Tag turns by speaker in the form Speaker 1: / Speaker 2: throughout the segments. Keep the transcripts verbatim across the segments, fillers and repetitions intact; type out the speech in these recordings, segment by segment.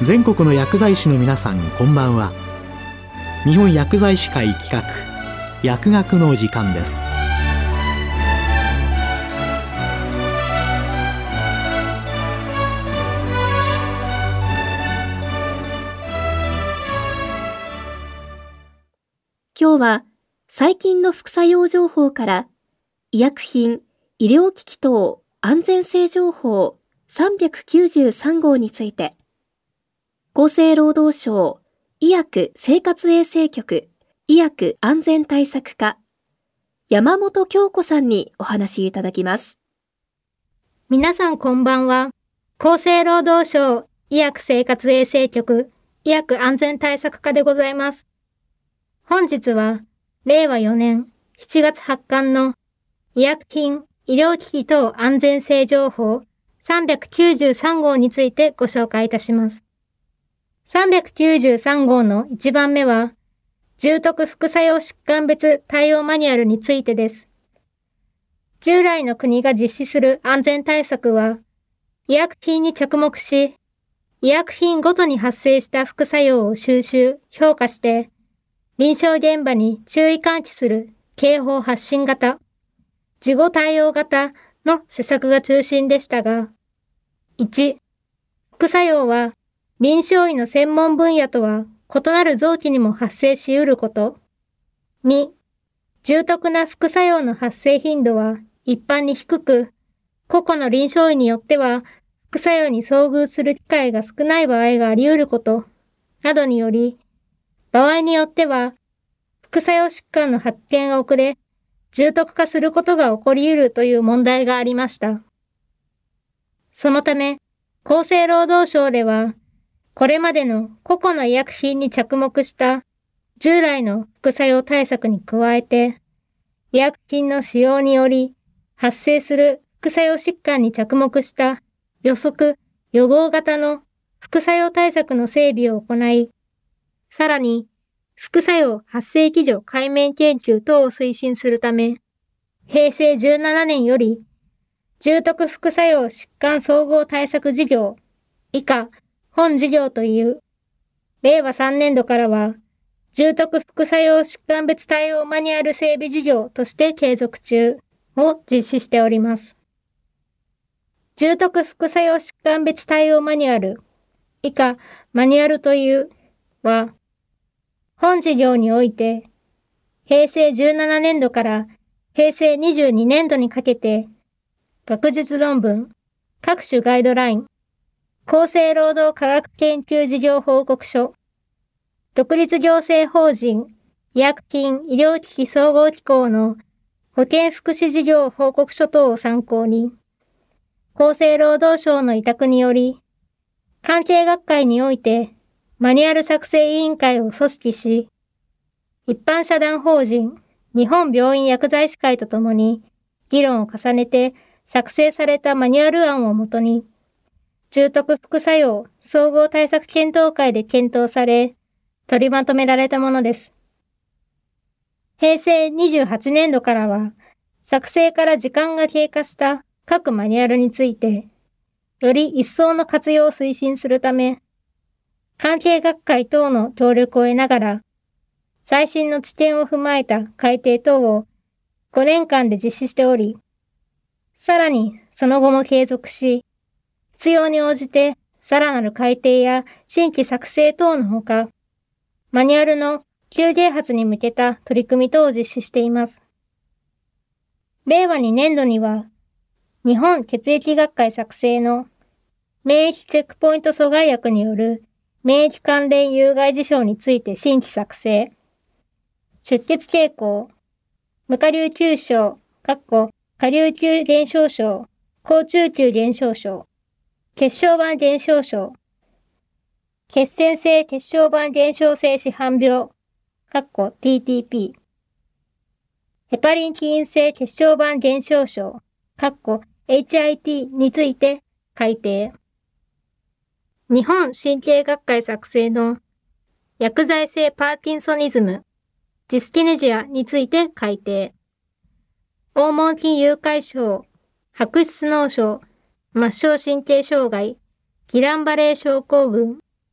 Speaker 1: 全国の薬剤師の皆さん、こんばんは。日本薬剤師会企画、薬学の時間です。
Speaker 2: 今日は最近の副作用情報から医薬品・医療機器等安全性情報さんびゃくきゅうじゅうさん号について、厚生労働省医薬生活衛生局医薬安全対策課山本京子さんにお話しいただきます。
Speaker 3: 皆さんこんばんは。厚生労働省医薬生活衛生局医薬安全対策課でございます。本日はれいわよねんしちがつ発刊の医薬品・医療機器等安全性情報さんびゃくきゅうじゅうさん号についてご紹介いたします。さんびゃくきゅうじゅうさん号のいちばんめは、重篤副作用疾患別対応マニュアルについてです。従来の国が実施する安全対策は、医薬品に着目し、医薬品ごとに発生した副作用を収集・評価して、臨床現場に注意喚起する警報発信型、事後対応型の施策が中心でしたが、いち、副作用は臨床医の専門分野とは異なる臓器にも発生し得ること。に、重篤な副作用の発生頻度は一般に低く、個々の臨床医によっては副作用に遭遇する機会が少ない場合があり得ること、などにより、場合によっては副作用疾患の発見が遅れ、重篤化することが起こり得るという問題がありました。そのため、厚生労働省では、これまでの個々の医薬品に着目した従来の副作用対策に加えて、医薬品の使用により発生する副作用疾患に着目した予測・予防型の副作用対策の整備を行い、さらに副作用発生基準解明研究等を推進するため、へいせいじゅうななねんより重篤副作用疾患総合対策事業以下本事業というれいわさんねん度からは重篤副作用疾患別対応マニュアル整備事業として継続中を実施しております。重篤副作用疾患別対応マニュアル以下マニュアルというは本事業においてへいせいじゅうななねん度からへいせいにじゅうにねん度にかけて学術論文、各種ガイドライン、厚生労働科学研究事業報告書、独立行政法人医薬品医療機器総合機構の保健福祉事業報告書等を参考に、厚生労働省の委託により、関係学会においてマニュアル作成委員会を組織し、一般社団法人日本病院薬剤師会とともに議論を重ねて作成されたマニュアル案をもとに、重篤副作用総合対策検討会で検討され、取りまとめられたものです。へいせいにじゅうはちねん度からは、作成から時間が経過した各マニュアルについて、より一層の活用を推進するため、関係学会等の協力を得ながら、最新の知見を踏まえた改定等をごねんかんで実施しており、さらにその後も継続し、必要に応じてさらなる改定や新規作成等のほか、マニュアルの急啓発に向けた取り組み等を実施しています。れいわにねん度には、日本血液学会作成の免疫チェックポイント阻害薬による免疫関連有害事象について新規作成、出血傾向、無下流球症、下流球減少症、高中球減少症、血小板減少症、血栓性血小板減少性紫斑病、ティーティーピー、ヘパリン起因性血小板減少症、エイチアイティー について改定。日本神経学会作成の薬剤性パーキンソニズム、ディスキネジアについて改定。黄毛筋誘拐症、白質脳症、末梢神経障害、ギランバレー症候群、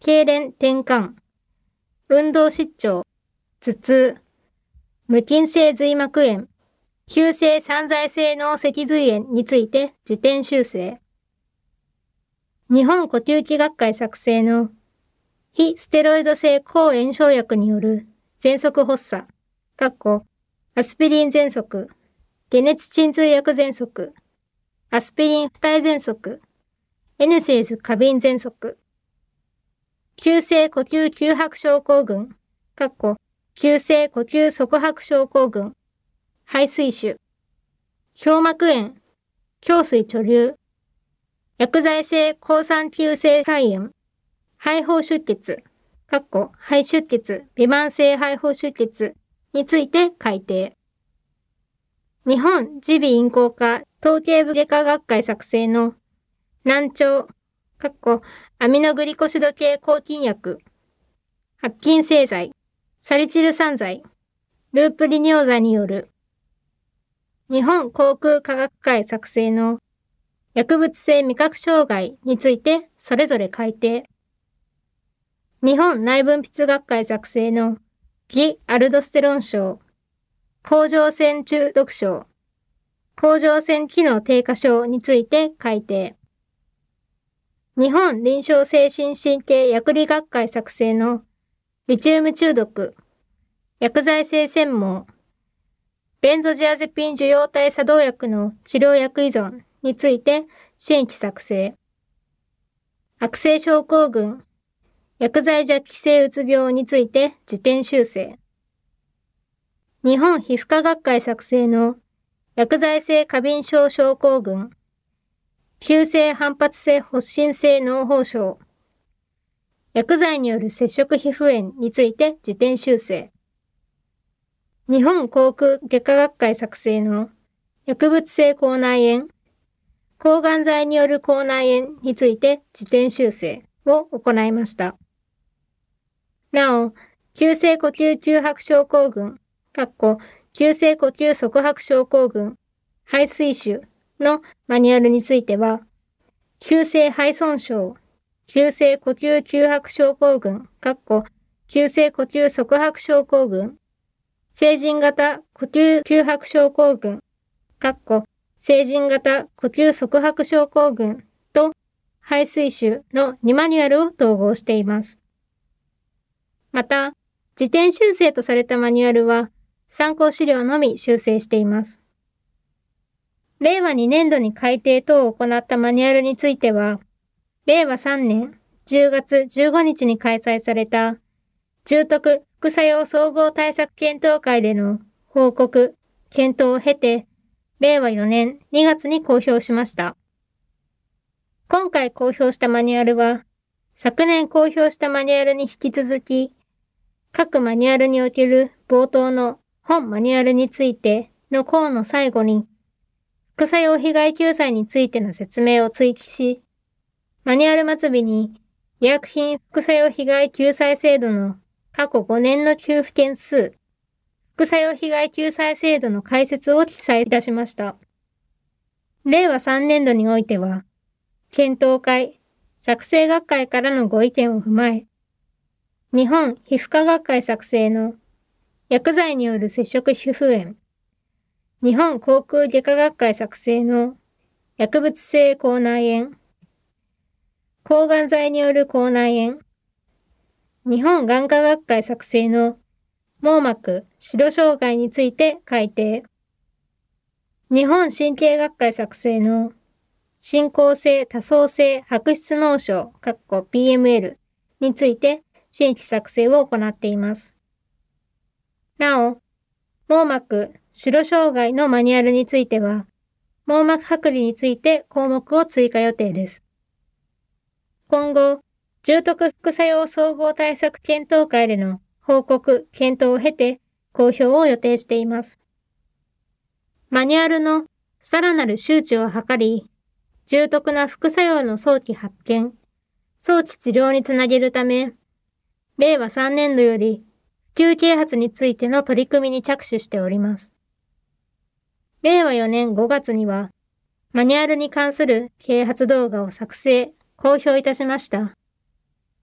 Speaker 3: 痙攣転換、運動失調、頭痛、無菌性髄膜炎、急性散在性脳脊髄炎について自転修正。日本呼吸器学会作成の非ステロイド性抗炎症薬による喘息発作、かっこアスピリン喘息、解熱鎮痛薬喘息、アスピリン付帯喘息、エヌセーズ過敏喘息、急性呼吸窮迫症候群、かっこ急性呼吸側迫症候群、肺水腫、胸膜炎、胸水貯留、薬剤性抗酸球性肺炎、肺胞出血、かっこ肺出血、微慢性肺胞出血について改定。日本耳鼻咽喉科頭頸部外科学会作成の難聴、かっこアミノグリコシド系抗菌薬、発菌製剤、サリチル酸剤、ループリニオーザによる日本口腔科学会作成の薬物性味覚障害についてそれぞれ改定。日本内分泌学会作成のギアルドステロン症、甲状腺中毒症、甲状腺機能低下症について改定。日本臨床精神神経薬理学会作成のリチウム中毒、薬剤性専門、ベンゾジアゼピン受容体作動薬の治療薬依存について新規作成。悪性症候群、薬剤弱気性うつ病について自転修正。日本皮膚科学会作成の薬剤性過敏症症候群、急性反発性発疹性脳胞症、薬剤による接触皮膚炎について自転修正。日本口腔外科学会作成の薬物性口内炎、抗がん剤による口内炎について自転修正を行いました。なお、急性呼吸窮迫症候群、かっこ急性呼吸側迫症候群、肺水腫のマニュアルについては、急性肺損傷、急性呼吸窮迫症候群、かっこ急性呼吸側迫症候群、成人型呼吸窮迫症候群、かっこ成人型呼吸側迫症候群と肺水腫のにマニュアルを統合しています。また、自転修正とされたマニュアルは参考資料のみ修正しています。れいわにねんどに改訂等を行ったマニュアルについては、れいわさんねんじゅうがつじゅうごにちに開催された重篤副作用総合対策検討会での報告、検討を経て、れいわよねんにがつに公表しました。今回公表したマニュアルは、昨年公表したマニュアルに引き続き、各マニュアルにおける冒頭の本マニュアルについての項の最後に、副作用被害救済についての説明を追記し、マニュアル末尾に医薬品副作用被害救済制度の過去ごねんの給付件数、副作用被害救済制度の解説を記載いたしました。れいわさんねんどにおいては、検討会、作成学会からのご意見を踏まえ、日本皮膚科学会作成の薬剤による接触皮膚炎、日本口腔外科学会作成の薬物性口内炎、抗がん剤による口内炎、日本眼科学会作成の網膜視路障害について改定。日本神経学会作成の進行性多層性白質脳症 ピーエムエル について新規作成を行っています。なお、網膜視路障害のマニュアルについては、網膜剥離について項目を追加予定です。今後、重篤副作用総合対策検討会での報告・検討を経て公表を予定しています。マニュアルのさらなる周知を図り、重篤な副作用の早期発見、早期治療につなげるため、れいわさんねんどより普及啓発についての取り組みに着手しております。れいわよねんごがつには、マニュアルに関する啓発動画を作成、公表いたしました。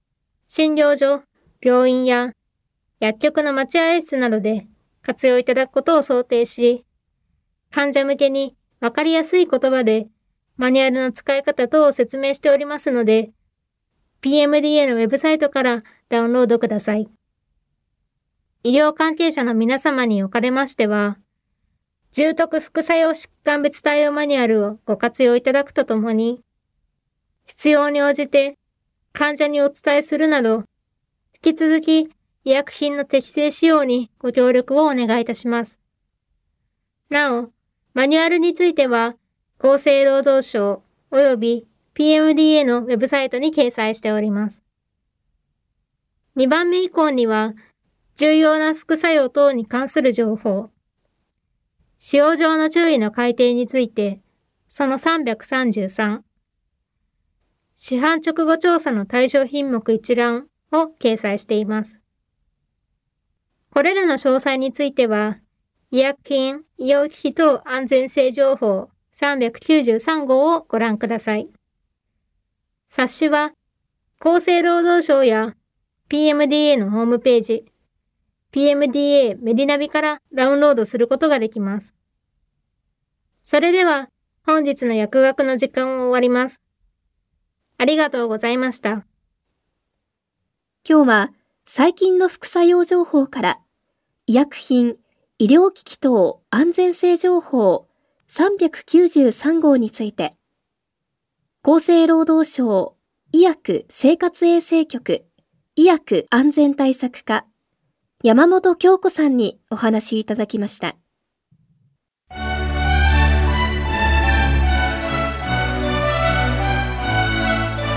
Speaker 3: 診療所、病院や薬局の待合室などで活用いただくことを想定し、患者向けにわかりやすい言葉でマニュアルの使い方等を説明しておりますので、ピーエムディーエー のウェブサイトからダウンロードください。医療関係者の皆様におかれましては、重篤副作用疾患別対応マニュアルをご活用いただくとともに、必要に応じて患者にお伝えするなど、引き続き医薬品の適正使用にご協力をお願いいたします。なお、マニュアルについては、厚生労働省及び ピーエムディーエー のウェブサイトに掲載しております。にばんめ以降には、重要な副作用等に関する情報、使用上の注意の改定について、そのさんびゃくさんじゅうさん、市販直後調査の対象品目一覧を掲載しています。これらの詳細については、医薬品、医療機器等安全性情報さんびゃくきゅうじゅうさん号をご覧ください。冊子は、厚生労働省や ピーエムディーエー のホームページ、ピーエムディーエー メディナビからダウンロードすることができます。それでは、本日の薬学の時間を終わります。ありがとうございました。
Speaker 2: 今日は最近の副作用情報から医薬品、医療機器等安全性情報さんびゃくきゅうじゅうさん号について、厚生労働省医薬生活衛生局医薬安全対策課山本京子さんにお話しいただきました。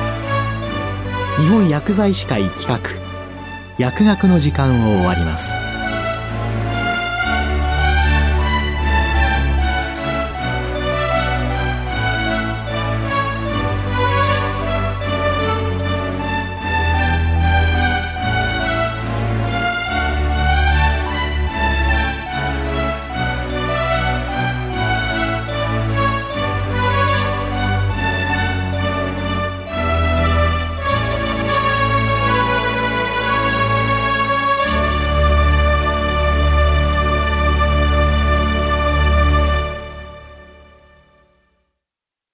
Speaker 1: 日本薬剤師会企画薬学の時間を終わります。